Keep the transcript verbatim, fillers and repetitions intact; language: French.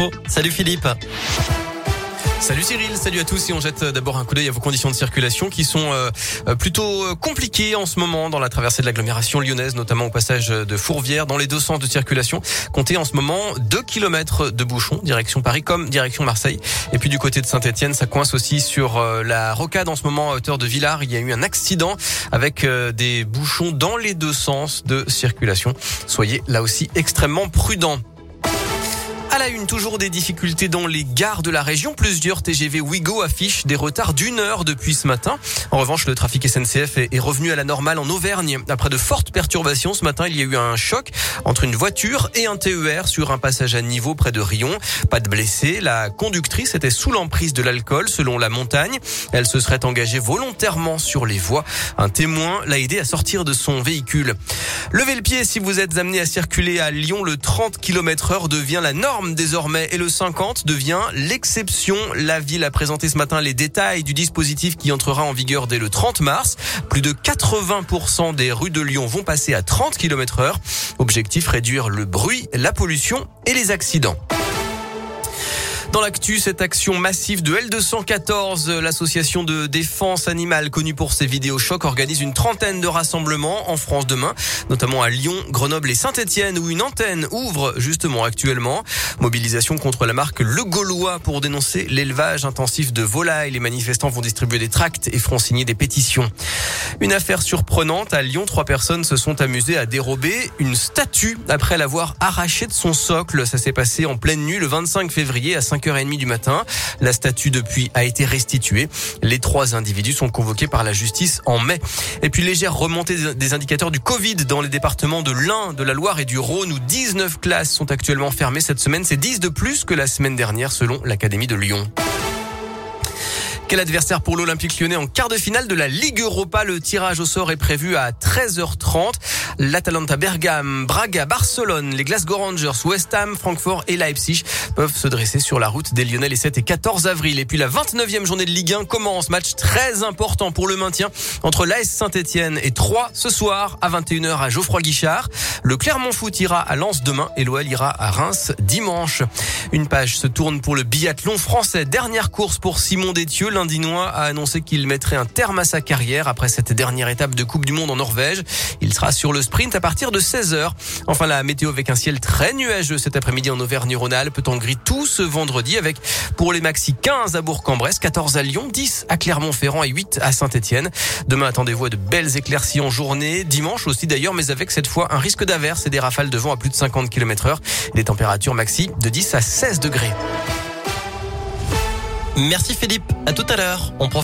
infos. Salut Philippe. Salut Cyril, salut à tous et on jette d'abord un coup d'œil à vos conditions de circulation qui sont euh, plutôt compliquées en ce moment dans la traversée de l'agglomération lyonnaise, notamment au passage de Fourvière, dans les deux sens de circulation. Comptez en ce moment deux kilomètres de bouchons, direction Paris comme direction Marseille. Et puis du côté de Saint-Etienne, ça coince aussi sur euh, la rocade en ce moment à hauteur de Villars. Il y a eu un accident avec euh, des bouchons dans les deux sens de circulation. Soyez là aussi extrêmement prudents. À la une, toujours des difficultés dans les gares de la région. Plusieurs T G V Ouigo affichent des retards d'une heure depuis ce matin. En revanche, le trafic S N C F est revenu à la normale en Auvergne. Après de fortes perturbations, ce matin, il y a eu un choc entre une voiture et un T E R sur un passage à niveau près de Rion. Pas de blessés. La conductrice était sous l'emprise de l'alcool, selon la montagne. Elle se serait engagée volontairement sur les voies. Un témoin l'a aidé à sortir de son véhicule. Levez le pied si vous êtes amené à circuler à Lyon. Le trente kilomètres heure devient la norme désormais et le cinquante devient l'exception. La ville a présenté ce matin les détails du dispositif qui entrera en vigueur dès le trente mars. Plus de quatre-vingts pour cent des rues de Lyon vont passer à trente kilomètres heure. Objectif, réduire le bruit, la pollution et les accidents. Dans l'actu, cette action massive de L deux cent quatorze, l'association de défense animale connue pour ses vidéos chocs, organise une trentaine de rassemblements en France demain, notamment à Lyon, Grenoble et Saint-Etienne, où une antenne ouvre justement actuellement. Mobilisation contre la marque Le Gaulois pour dénoncer l'élevage intensif de volailles. Les manifestants vont distribuer des tracts et feront signer des pétitions. Une affaire surprenante à Lyon, trois personnes se sont amusées à dérober une statue après l'avoir arrachée de son socle. Ça s'est passé en pleine nuit le vingt-cinq février à cinq heures trente du matin. La statue depuis a été restituée. Les trois individus sont convoqués par la justice en mai. Et puis légère remontée des indicateurs du Covid dans les départements de l'Ain, de la Loire et du Rhône où dix-neuf classes sont actuellement fermées cette semaine. C'est dix de plus que la semaine dernière selon l'Académie de Lyon. Quel adversaire pour l'Olympique lyonnais en quart de finale de la Ligue Europa? Le tirage au sort est prévu à treize heures trente. L'Atalanta Bergame, Braga, Barcelone, les Glasgow Rangers, West Ham, Francfort et Leipzig peuvent se dresser sur la route des Lyonnais les sept et quatorze avril. Et puis la vingt-neuvième journée de Ligue un commence. Match très important pour le maintien entre l'A S Saint-Etienne et Troyes ce soir à vingt et une heures à Geoffroy Guichard. Le Clermont Foot ira à Lens demain et l'O L ira à Reims dimanche. Une page se tourne pour le biathlon français. Dernière course pour Simon Détieux. L'Indinois a annoncé qu'il mettrait un terme à sa carrière après cette dernière étape de Coupe du Monde en Norvège. Il sera sur le sprint à partir de seize heures. Enfin, la météo avec un ciel très nuageux cet après-midi en Auvergne-Rhône-Alpes. Temps gris tout ce vendredi avec pour les maxi quinze à Bourg-en-Bresse, quatorze à Lyon, dix à Clermont-Ferrand et huit à Saint-Etienne. Demain, attendez-vous à de belles éclaircies en journée. Dimanche aussi d'ailleurs, mais avec cette fois un risque d'averse et des rafales de vent à plus de cinquante kilomètres heure. Des températures maxi de dix à seize degrés. Merci Philippe. À tout à l'heure. On